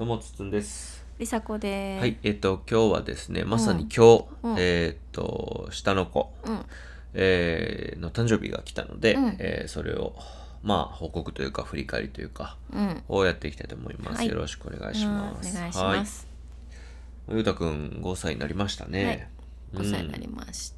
どうもつつんです。 りさこではい、今日はですね、まさに今日、下の子、 うんの誕生日が来たので、 うんそれを、報告というか、振り返りというか、 うんをやっていきたいと思います。 はいよろしくお願いします。 お願いしはい。 ます。 ゆうたくん5歳になりましたはいね。 5歳になりました。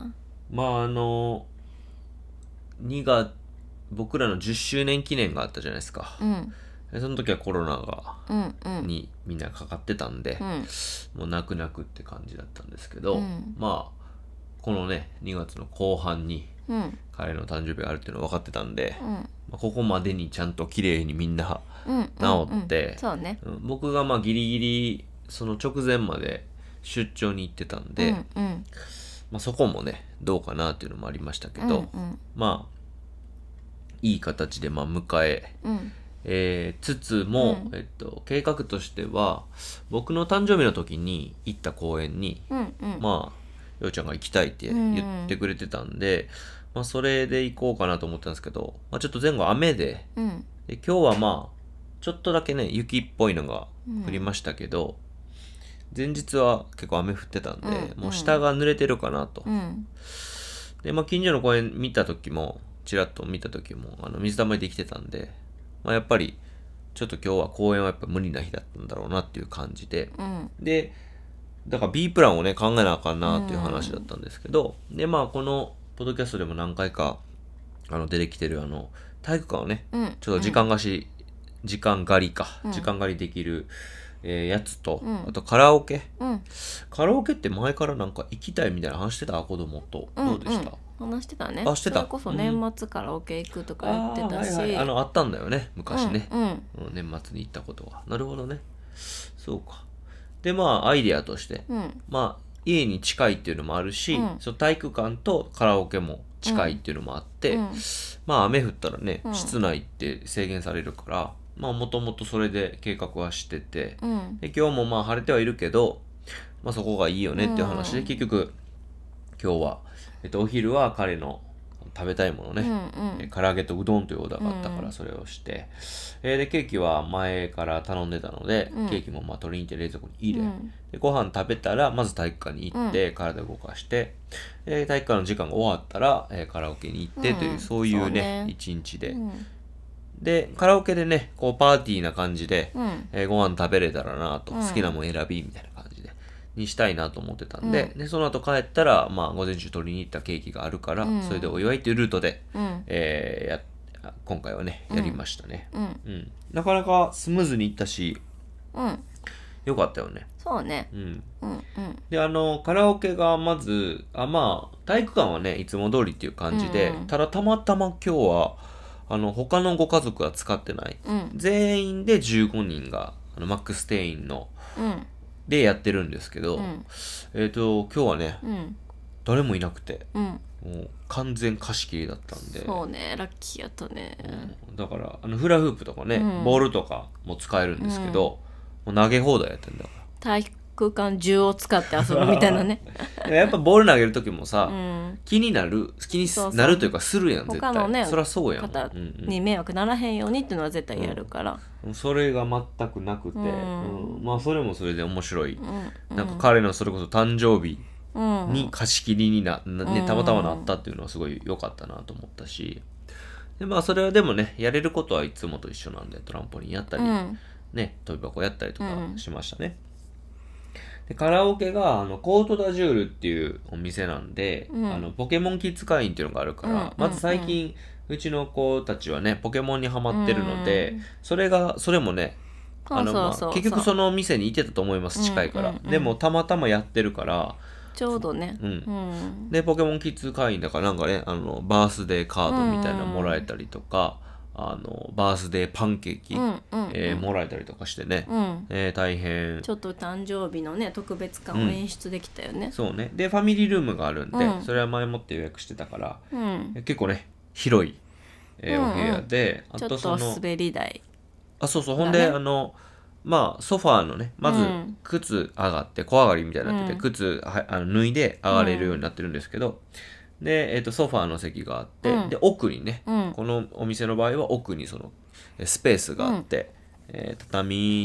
まあ、2月、僕らの10周年記念があったじゃないですか。 うんその時はコロナがうんうんにみんなかかってたんで、 うんもう泣く泣くって感じだったんですけど、 うんこのね2月の後半にうん彼の誕生日があるっていうの分かってたんで、 うんここまでにちゃんと綺麗にみんなうん治って、 そうね。 僕がギリギリその直前まで出張に行ってたんで、 うんそこもねどうかなっていうのもありましたけど、 うんいい形で迎え、 うんつつも、計画としては僕の誕生日の時に行った公園に、 うんうんようちゃんが行きたいって言ってくれてたんで、それで行こうかなと思ったんですけど、ちょっと前後雨で、 うんで今日はちょっとだけね雪っぽいのが降りましたけど、前日は結構雨降ってたんで、もう下が濡れてるかなと。 うんで近所の公園見た時もちらっと見た時も水たまりできてたんで、やっぱりちょっと今日は公演はやっぱ無理な日だったんだろうなっていう感じで、 うんでだから B プランをね考えなあかんなっていう話だったんですけど、でこのポッドキャストでも何回か出てきてる体育館をね、 うんちょっと時間借りできる、やつと、あとカラオケ、カラオケって前からなんか行きたいみたいな話してた子供と、どうでした？ 話してたね。 してた。 それこそ年末カラオケ行くとか言ってたし、 あったんだよね昔ね、 うん年末に行ったことは。なるほどね。そうか。でアイデアとして、家に近いっていうのもあるし、その体育館とカラオケも近いっていうのもあって、雨降ったらね、室内って制限されるから、もともとそれで計画はしてて、で今日も晴れてはいるけど、そこがいいよねっていう話で、結局今日は、お昼は彼の食べたいものね、唐揚げとうどんというオーダーがあったからそれをして、でケーキは前から頼んでたので、ケーキも取りに行って冷蔵庫に入れ、でご飯食べたらまず体育館に行って、体動かして、体育館の時間が終わったら、カラオケに行ってという、そういうね一日で、でカラオケでねこうパーティーな感じで、ご飯食べれたらなと、好きなもん選びみたいな感じでにしたいなと思ってたんで、でその後帰ったら午前中取りに行ったケーキがあるから、それでお祝いっていうルートで、今回はねやりましたね。なかなかスムーズにいったし、よかったよね。 そうね。 でカラオケがまず体育館はねいつも通りっていう感じで、ただたまたま今日は他のご家族は使ってない、全員で15人がマックス定員の、でやってるんですけど、今日はね、誰もいなくて、もう完全貸し切りだったんで。 そうね、ラッキーやったね。 だからフラフープとかね、ボールとかも使えるんですけど、もう投げ放題やってんだから。 体育館銃を使って遊ぶみたいなね。 やっぱボール投げる時もさ、気になるというかするやん絶対。 他のね、 そりゃそうやん。 方に迷惑ならへんようにっていうのは絶対やるから。 それが全くなくて、それもそれで面白い。なんか彼のそれこそ誕生日に貸し切りにたまたまなったっていうのはすごい良かったなと思ったし、でそれはでもねやれることはいつもと一緒なんで、トランポリンやったり、ね跳び箱やったりとかしましたね。でカラオケがコートダジュールっていうお店なんで、ポケモンキッズ会員っていうのがあるから、まず最近うちの子たちはねポケモンにハマってるので、それもね結局その店にいてたと思います、近いから。でもたまたまやってるからちょうどね、 でポケモンキッズ会員だからなんかねバースデーカードみたいなのもらえたりとか、バースデーパンケーキ、もらえたりとかしてね、大変ちょっと誕生日のね特別感を演出できたよね。 そうね。でファミリールームがあるんで、それは前もって予約してたから、結構ね広い、お部屋で、 あとちょっと滑り台、 そうほんでソファーのねまず靴上がって小上がりみたいになってて、靴脱いで上がれるようになってるんですけど、で、ソファーの席があって、で奥にね、このお店の場合は奥にそのスペースがあって、畳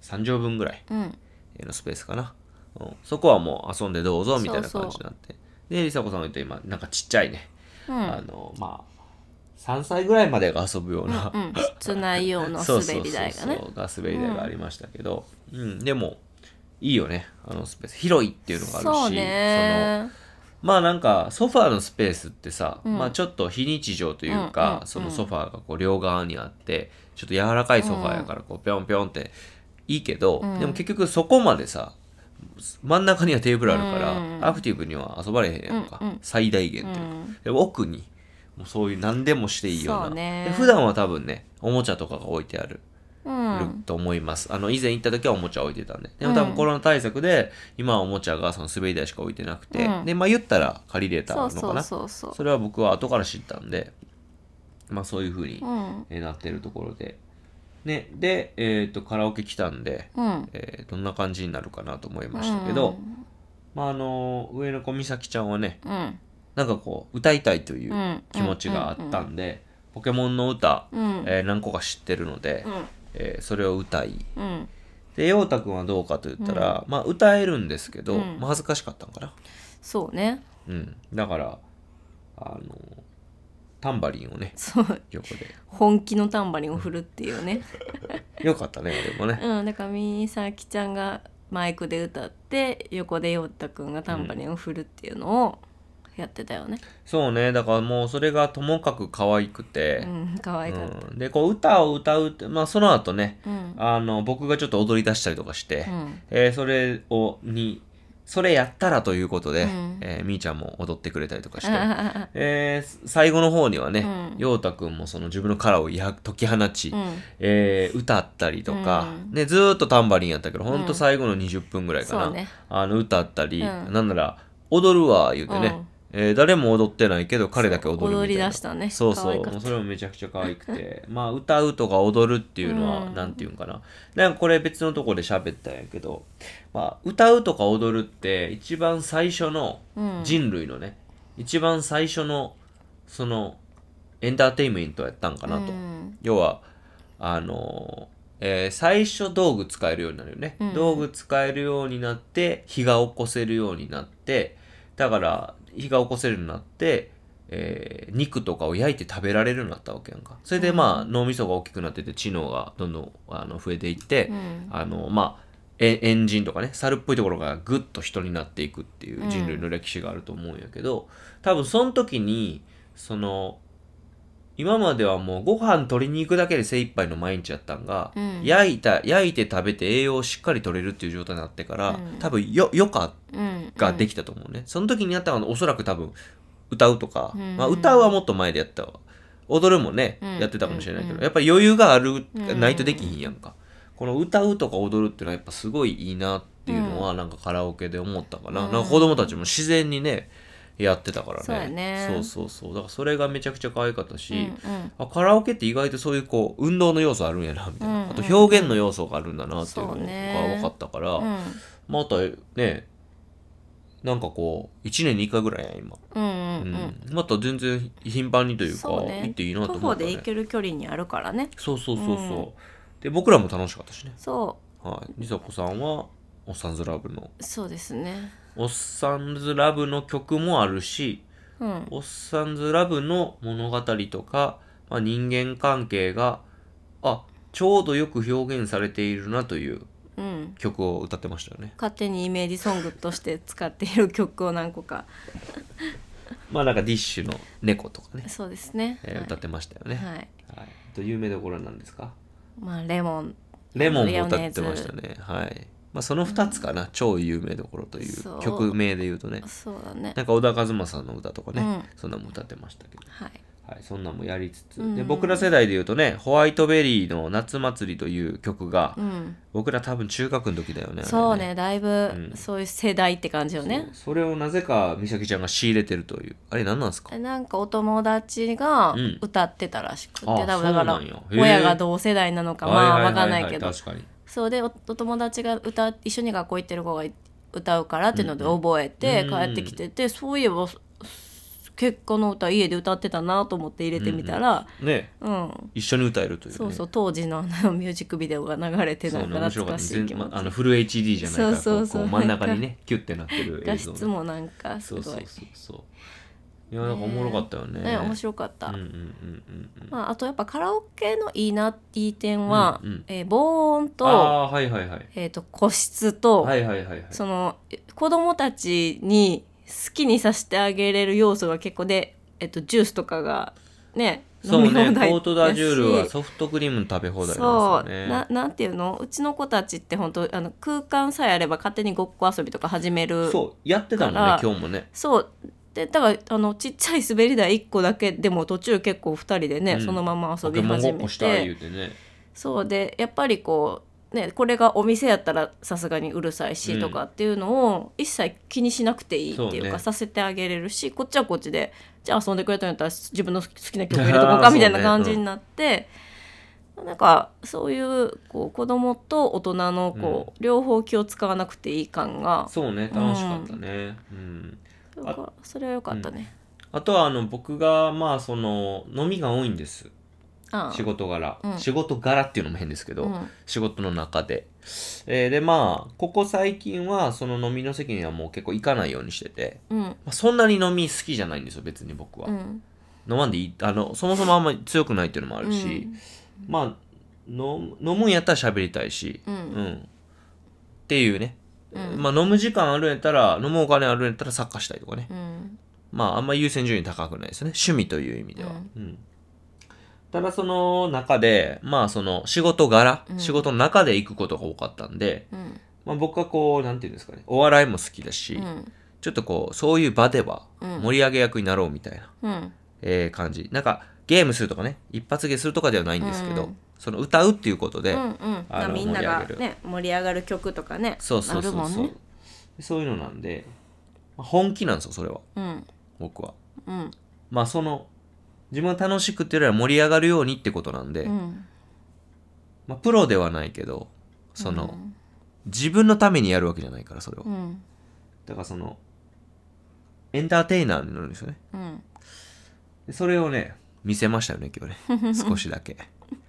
3畳分ぐらいうんのスペースかな、そこはもう遊んでどうぞみたいな感じになって、でりさこさんが言った今なんかちっちゃいね、まあ3歳ぐらいまでが遊ぶような、 室内用の滑り台がねが滑り台がありましたけど、でもいいよね、スペース広いっていうのがあるし、 そうね、 まあなんかソファーのスペースってさ、まあちょっと非日常というか、そのソファーがこう両側にあってちょっと柔らかいソファーやからこうピョンピョンっていいけど、でも結局そこまでさ真ん中にはテーブルあるから、アクティブには遊ばれへんやんか、最大限っていうか、でも奥にもうそういう何でもしていいような、で普段は多分ねおもちゃとかが置いてある、と思います。以前行った時はおもちゃ置いてたんで、でも多分コロナ対策で今はおもちゃがその滑り台しか置いてなくて、でまあ言ったら借りれたのかな、それは僕は後から知ったんで、まあそういう風になってるところでね、でカラオケ来たんで、どんな感じになるかなと思いましたけど、まあ上の子美咲ちゃんはね、なんかこう歌いたいという気持ちがあったんで、ポケモンの歌、何個か知ってるので、それを歌い、で陽太くんはどうかと言ったら、まあ歌えるんですけど、まあ、恥ずかしかったんかな。 そうね、 だからタンバリンをね横で本気のタンバリンを振るっていうねよかったねでもね、 だから美咲ちゃんがマイクで歌って横で陽太くんがタンバリンを振るっていうのをやってたよね、 そうね、だからもうそれがともかく可愛くて、 可愛かった、 でこう歌を歌うって、まあその後ね、僕がちょっと踊り出したりとかして、それやったらということで、みーちゃんも踊ってくれたりとかして、最後の方にはね、陽太くんもその自分の殻を解き放ち、歌ったりとか、ね、ずーっとタンバリンやったけど、ほんと最後の20分ぐらいかな、歌ったり、なんなら踊るわ言うてね、誰も踊ってないけど彼だけ踊るみたいな、 踊り出したね、 そうもうそれもめちゃくちゃ可愛くてまあ歌うとか踊るっていうのは、なんていうんかな、なんかこれ別のとこで喋ったんやけど、まあ歌うとか踊るって一番最初の人類のね、一番最初のそのエンターテインメントやったんかなと、要は最初道具使えるようになるよね、道具使えるようになって火が起こせるようになって、だから火が起こせるようになって、肉とかを焼いて食べられるようになったわけやんか。それでまあ脳みそが大きくなってて知能がどんどん増えていって、まあエンジンとかね、猿っぽいところがぐっと人になっていくっていう人類の歴史があると思うんやけど、多分その時に今まではもうご飯取りに行くだけで精一杯の毎日やったんが、焼いて食べて栄養をしっかり取れるっていう状態になってから、多分余暇ができたと思うね。その時にやったのはおそらく多分歌うとか、まあ歌うはもっと前でやったわ。踊るもね、やってたかもしれないけど、やっぱり余裕がないとできひんやんか。この歌うとか踊るっていうのはやっぱすごいいいなっていうのはなんかカラオケで思ったかな。なんか子供たちも自然にね、やってたからね。 そうやね。 そうだからそれがめちゃくちゃ可愛かったし、カラオケって意外とそういうこう運動の要素あるんやなみたいな、あと表現の要素があるんだなっていうのが分かったから、またね、なんかこう1年に1回ぐらいや今、また全然頻繁にというか行っていいなと思ったね。徒歩で行ける距離にあるからね。 そうで僕らも楽しかったしね。りさこさんはおっさんずラブの、 そうですね、 おっさんずラブの曲もあるし、おっさんずラブの物語とか、まあ、人間関係がちょうどよく表現されているなという曲を歌ってましたよね。 勝手にイメージソングとして使っている曲を何個かまあなんかディッシュの猫とかね、 そうですね、 歌ってましたよね。と有名どころなんですか。 まあレモンも歌ってましたね。まあその2つかな、超有名どころという曲名で言うとね。 そうだね。 なんか小田和正さんの歌とかね、そんなも歌ってましたけど。そんなんもやりつつ、で僕ら世代で言うとね、ホワイトベリーの夏祭りという曲が、僕ら多分中学の時だよね。 そうね、だいぶそういう世代って感じよね。 それをなぜか美咲ちゃんが仕入れてるという、あれ何なんですか。 なんかお友達が歌ってたらしくて、多分だから親が同世代なのかまあ分かんないけど、そうでお友達が一緒に学校行ってる子が歌うからっていうので覚えて帰ってきてて、そういえば結婚の歌家で歌ってたなと思って入れてみたら、 ね、一緒に歌えるというね。 そうそう、当時のミュージックビデオが流れてなんか懐かしい気持ち。 フル HD じゃないから、 そうこう真ん中にねキュッてなってる映像、 画質もなんかすごい、 そういやなんかおもろかったよね。 面白かった。あとやっぱカラオケのいい点は、防音と、個室と、その子供たちに好きにさせてあげれる要素が結構で、ジュースとかがね、 そうね、コートダジュールはソフトクリームの食べ放題なんですよね。 なんていうの、うちの子たちって本当空間さえあれば勝手にごっこ遊びとか始める。 そうやってたもんね、今日もね。 そうで、だからちっちゃい滑り台1個だけでも途中結構2人でね、そのまま遊び始めて、そうでやっぱりこうね、これがお店やったらさすがにうるさいしとかっていうのを一切気にしなくていいっていうか、させてあげれるし、こっちはこっちでじゃあ遊んでくれたんやったら自分の好きな曲入れとこうかみたいな感じになって、なんかそういうこう子供と大人のこう、両方気を使わなくていい感が、 そうね、楽しかったね。 だからそれは良かったね。 あとは僕がその飲みが多いんです。仕事柄、仕事柄っていうのも変ですけど、仕事の中で、でここ最近はその飲みの席にはもう結構行かないようにしてて、そんなに飲み好きじゃないんですよ別に僕は、飲まんでいい、そもそもあんまり強くないっていうのもあるし、飲むんやったら喋りたいし、っていうね、飲む時間あるんやったら、飲むお金あるんやったらサッカーしたいとかね、あんまり優先順位高くないですね、趣味という意味では。ただその中でその仕事柄、仕事の中で行くことが多かったんで、僕はこうなんていうんですかね、お笑いも好きだし、ちょっとこうそういう場では盛り上げ役になろうみたいな、感じ。なんかゲームするとかね、一発芸するとかではないんですけど、その歌うっていうことで、 みんながね盛り上がる曲とかね、そういうのなんで、本気なんですよそれは、僕は。その自分が楽しくっていうよりは盛り上がるようにってことなんで、プロではないけど、その、自分のためにやるわけじゃないからそれは、だからそのエンターテイナーになるんですよね、それをね見せましたよね今日ね少しだけ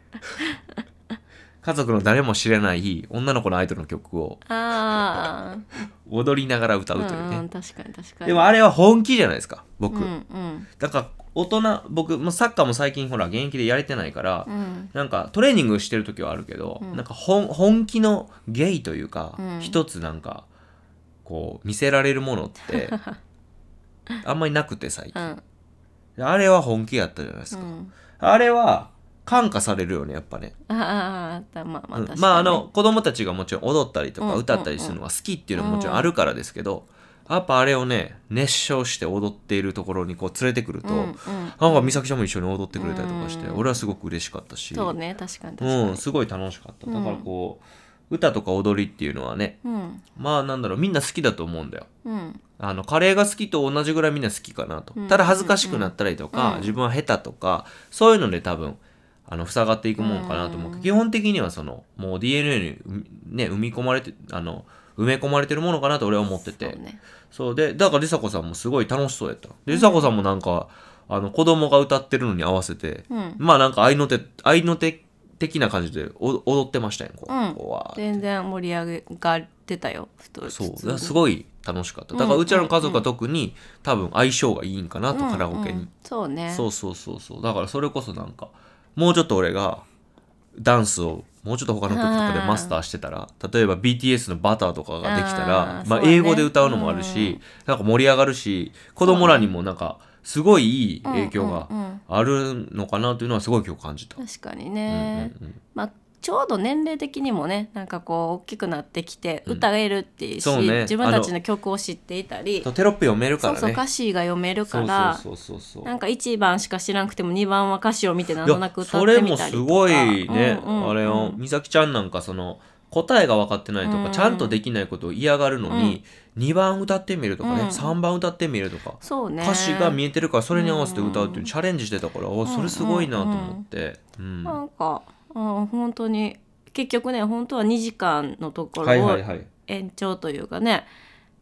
家族の誰も知らない女の子のアイドルの曲を踊りながら歌うというね、 確かにでもあれは本気じゃないですか僕、だから僕サッカーも最近ほら現役でやれてないから、なんかトレーニングしてる時はあるけど、なんか本気のゲイというか、一つなんかこう見せられるものってあんまりなくて最近、あれは本気やったじゃないですか、あれは感化されるよねやっぱね。子供たちがもちろん踊ったりとか歌ったりするのが好きっていうのももちろんあるからですけど、やっぱあれをね熱唱して踊っているところにこう連れてくると、なんか美咲ちゃんも一緒に踊ってくれたりとかして、俺はすごく嬉しかったし、 そうね、確かにすごい楽しかった。だからこう歌とか踊りっていうのはね、なんだろう、みんな好きだと思うんだよ、カレーが好きと同じぐらいみんな好きかなと、ただ恥ずかしくなったりとか、自分は下手とかそういうので多分塞がっていくもんかなと思う、基本的にはそのもう DNA にね埋め込まれてるものかなと俺は思ってて、そうで、だからりさこさんもすごい楽しそうやった。でりさこさんもなんか子供が歌ってるのに合わせて、なんか合いの手的な感じで踊ってましたよ、 全然盛り上がってたよ。 そうすごい楽しかった。だからうちらの家族は特に多分相性がいいんかなと、カラオケに。 そうね。 そうだからそれこそなんかもうちょっと俺がダンスをもうちょっと他の曲とかでマスターしてたら、例えば BTS のバターとかができたら、英語で歌うのもあるし、なんか盛り上がるし、子供らにもなんかすごいいい影響があるのかなというのはすごい今日感じた。 確かにね、ちょうど年齢的にもね、なんかこう大きくなってきて歌えるっていうし、自分たちの曲を知っていたり、 テロップ読めるからね、 そう歌詞が読めるから、なんか1番しか知らなくても2番は歌詞を見てなんとなく歌ってみたりとか、 それもすごいね、あれを美咲ちゃんなんかその答えが分かってないとか、ちゃんとできないことを嫌がるのに、2番歌ってみるとかね、3番歌ってみるとか、歌詞が見えてるからそれに合わせて歌うっていうチャレンジしてたから、それすごいなと思って、 なんか本当に結局ね、本当は2時間のところを延長というかね、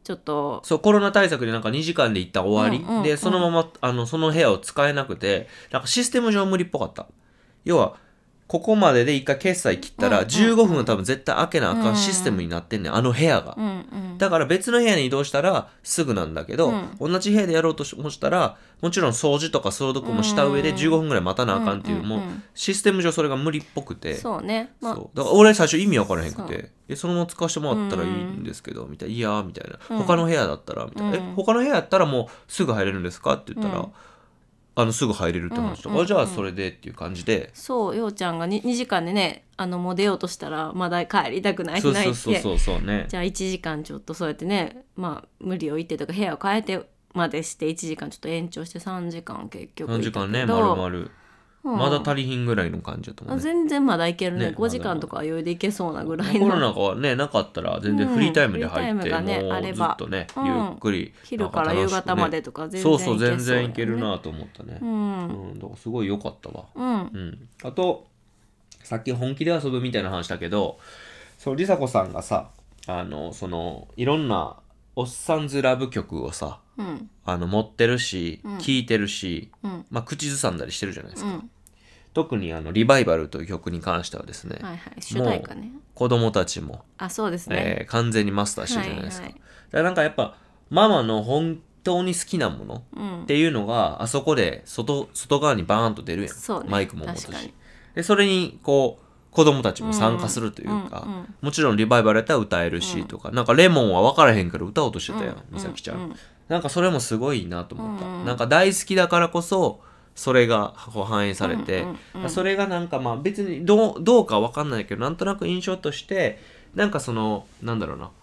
ちょっとそうコロナ対策でなんか2時間で一旦終わり、でそのままその部屋を使えなくて、なんかシステム上無理っぽかった。要はここまでで一回決済切ったら15分は多分絶対開けなあかんシステムになってんねん、あの部屋が、だから別の部屋に移動したらすぐなんだけど、同じ部屋でやろうとしたらもちろん掃除とか消毒もした上で15分ぐらい待たなあかんっていう、もうシステム上それが無理っぽくて、 そうね、 そうだから俺最初意味わからへんくて、そのまま使わせてもらったらいいんですけどみたいな、いやみたいな、他の部屋だったらみたいな、他の部屋やったらもうすぐ入れるんですかって言ったら、すぐ入れるって話とか、じゃあそれでっていう感じで、 そうようちゃんが 2時間でねもう出ようとしたらまだ帰りたくないってじゃあ1時間ちょっとそうやってね、まあ無理を言ってとか部屋を変えてまでして1時間ちょっと延長して3時間結局いたけど、3時間ね丸々まだ足りひんぐらいの感じだと思うね。 全然まだいけるね。5時間とか余裕でいけそうなぐらいの。 コロナがねなかったら全然フリータイムで入って、もうずっとね、ゆっくり昼から夕方までとか全然いけそう、 全然いけるなと思ったね。だからすごい良かったわ。あとさっき本気で遊ぶみたいな話だけど、りさこさんがさいろんなおっさんずラブ曲をさ、持ってるし聴いてるし、まあ口ずさんだりしてるじゃないですか。特にリバイバルという曲に関してはですね、 主題歌ね、 子供たちもそうですね、 完全にマスターしてるじゃないですか。だからなんかやっぱママの本当に好きなものっていうのが、あそこで外側にバーンと出るやん、マイクも持つし、でそれにこう子供たちも参加するというか、もちろんリバイバルやったら歌えるしとか、なんかレモンは分からへんから歌おうとしてたやん、みさきちゃん。なんかそれもすごいいいなと思った。なんか大好きだからこそそれが反映されて、それがなんかまあ別にどうかわかんないけど、なんとなく印象としてなんかなんだろうな、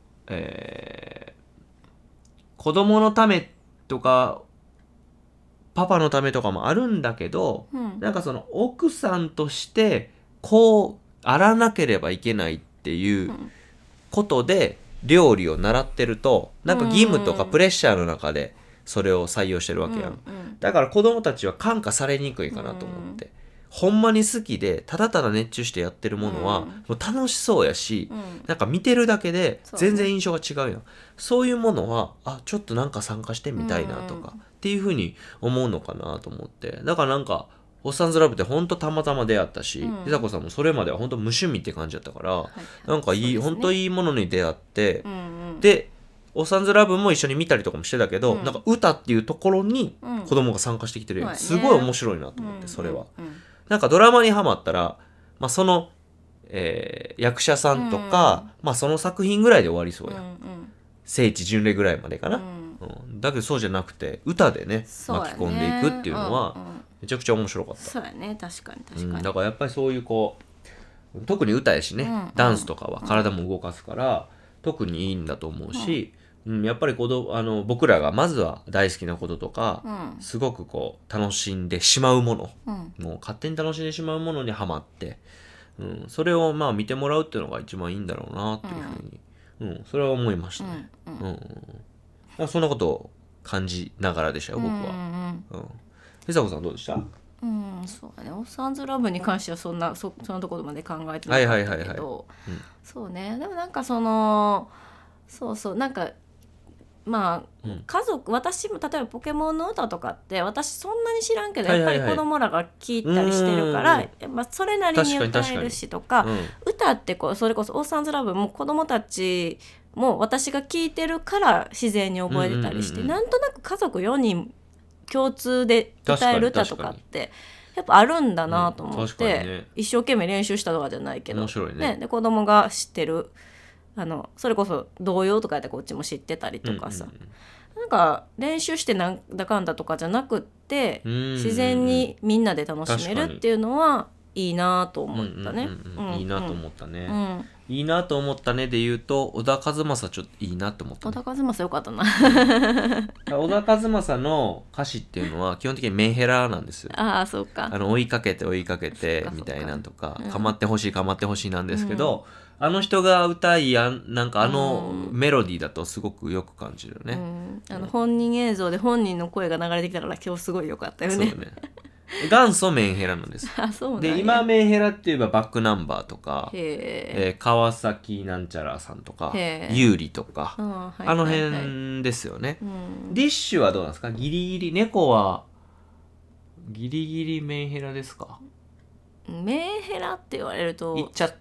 子供のためとかパパのためとかもあるんだけど、なんか奥さんとしてこうあらなければいけないっていうことで料理を習ってると、なんか義務とかプレッシャーの中でそれを採用してるわけやん。だから子供たちは感化されにくいかなと思って、ほんまに好きでただただ熱中してやってるものはもう楽しそうやし、なんか見てるだけで全然印象が違うやん。そういうものはちょっとなんか参加してみたいなとかっていうふうに思うのかなと思って、だからなんかおっさんずラブってほんとたまたま出会ったし、りさこさんもそれまではほんと無趣味って感じだったから、なんかほんといいものに出会って、でおっさんずラブも一緒に見たりとかもしてたけど、なんか歌っていうところに子供が参加してきてるやん、すごい面白いなと思って、それは、なんかドラマにハマったら、まあその、役者さんとか、まあその作品ぐらいで終わりそうやん、聖地巡礼ぐらいまでかな、だけどそうじゃなくて歌でね巻き込んでいくっていうのはめちゃくちゃ面白かった。 そうやね、確かに、 だからやっぱりそういうこう特に歌やしね、ダンスとかは体も動かすから、特にいいんだと思うし、やっぱり僕らがまずは大好きなこととか、すごくこう楽しんでしまうもの、もう勝手に楽しんでしまうものにハマって、それをまあ見てもらうっていうのが一番いいんだろうなっていうふうに、それは思いましたね。そんなことを感じながらでしたよ、僕は。りさこさんどうでした？ そうだね、おっさんずラブに関してはそんなところまで考えてなかったけど、そうね、でもなんかそうなんかまあ、家族、私も例えばポケモンの歌とかって私そんなに知らんけど、やっぱり子供らが聴いたりしてるから、それなりに歌えるしとか、歌ってそれこそおっさんずラブも子供たちも私が聴いてるから自然に覚えてたりして、なんとなく家族4人共通で歌える歌とかってやっぱあるんだなと思って、一生懸命練習したとかじゃないけど、 面白いね。 で子供が知ってるそれこそ童謡とかやったらこっちも知ってたりとかさ、なんか練習してなんだかんだとかじゃなくって、自然にみんなで楽しめるっていうのはいいなと思ったね。 いいなと思ったね。いいなと思ったねで言うと、小田和正ちょっといいなと思った、 ね。小田和正よかったな。 小田和正の歌詞っていうのは基本的にメンヘラなんですよ。 そうか。 追いかけてみたいなんとか、構ってほしいなんですけど、あの人が歌いなんかメロディーだとすごくよく感じるよね。 本人映像で本人の声が流れてきたから今日すごいよかったよね。 そうね。 元祖メンヘラなんです。 あ、そうなんや。 で今メンヘラって言えばバックナンバーとか、 へ川崎なんちゃらさんとかへ有利とか、 はいあのはいはい辺ですよね、 うん、 ディッシュはどうなんですか？ギリギリ猫はギリギリメンヘラですか？ メンヘラって言われると言っちゃった。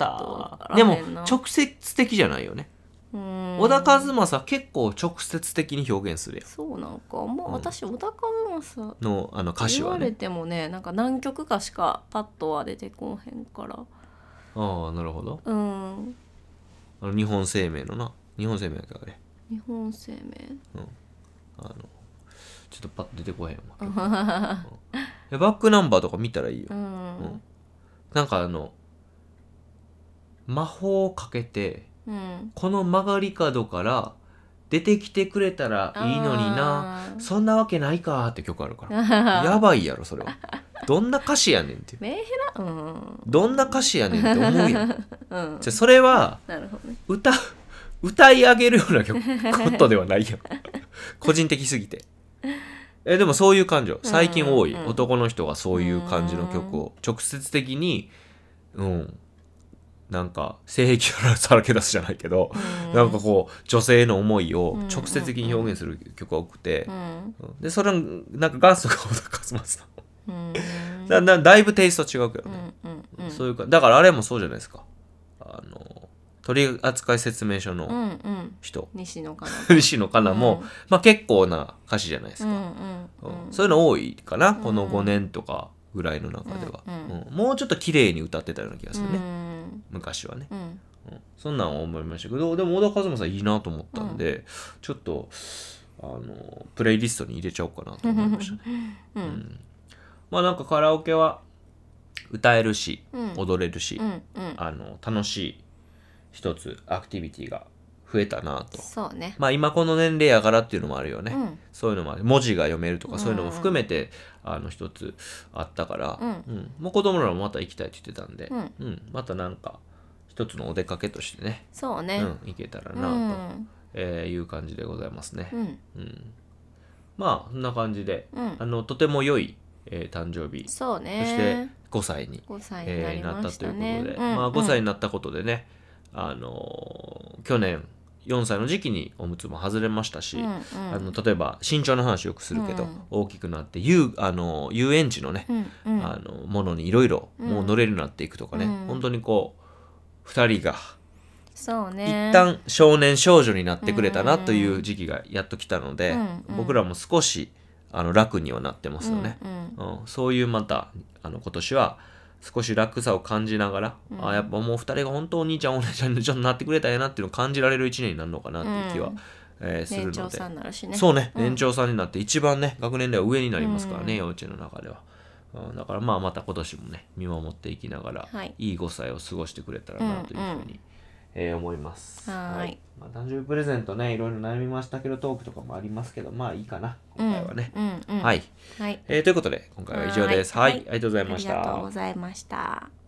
でも直接的じゃないよね。小田和正結構直接的に表現するやん。 そうなんかもう私、小田和正の歌詞はね、 言われてもね、なんか何曲かしかパッとは出てこへんから。 ああ、なるほど。 うん。 日本生命のな、日本生命やけどあれ。 日本生命。 うん。ちょっとパッと出てこへんわ。うん、バックナンバーとか見たらいいよ。うん。なんか魔法をかけて、うん、この曲がり角から出てきてくれたらいいのにな、そんなわけないかって曲あるからやばいやろそれは。どんな歌詞やねんってメンヘラ、うん、 どんな歌詞やねんって思うやん、うん、じゃそれはなるほど、ね、歌い上げるようなことではないやん個人的すぎて。でもそういう感情最近多い、男の人がそういう感じの曲を直接的に、うん、なんか性癖をさらけ出すじゃないけど、なんかこう女性の思いを直接的に表現する曲が多くて、でそれはなんか元祖が小田和正だいぶテイスト違うけどね、そういうか。だからあれもそうじゃないですか、取扱説明書の人、 西野カナも、まあ、結構な歌詞じゃないですか、そういうの多いかな、この5年とかぐらいの中では、もうちょっと綺麗に歌ってたような気がするね、昔はね、そんなんは思いましたけど、でも小田和正いいなと思ったんで、ちょっとプレイリストに入れちゃおうかなと思いましたね、まあなんかカラオケは歌えるし、踊れるし、楽しい一つアクティビティが増えたなと。 そうね。 まあ今この年齢やからっていうのもあるよね、そういうのもある、文字が読めるとかそういうのも含めて、一つあったから、もう子供らもまた行きたいって言ってたんで、またなんか一つのお出かけとしてね、 そうね、 行けたらなと、いう感じでございますね、まあそんな感じで、とても良い、誕生日、 そうね、 そして5歳になったということで、まあ5歳になったことでね、去年4歳の時期におむつも外れましたし、例えば身長の話よくするけど、大きくなって遊園地のね、ものにいろいろもう乗れるようになっていくとかね、本当にこう2人がそうね、 一旦少年少女になってくれたなという時期がやっと来たので、僕らも少し楽にはなってますよね、そういうまた今年は少し楽さを感じながら、やっぱもう2人が本当お兄ちゃんお姉ちゃんにちょっとなってくれたんやなっていうのを感じられる1年になるのかなっていう気は、するので、年長さんになるしね。 そうね、年長さんになって一番ね学年では上になりますからね、幼稚園の中では、だからまあまた今年もね見守っていきながら、いい5歳を過ごしてくれたらなというふうに、思います。はい。まあ、誕生日プレゼントねいろいろ悩みましたけど、トークとかもありますけど、まあいいかな今回はね。はい。ということで今回は以上です。はい、ありがとうございました。 ありがとうございました。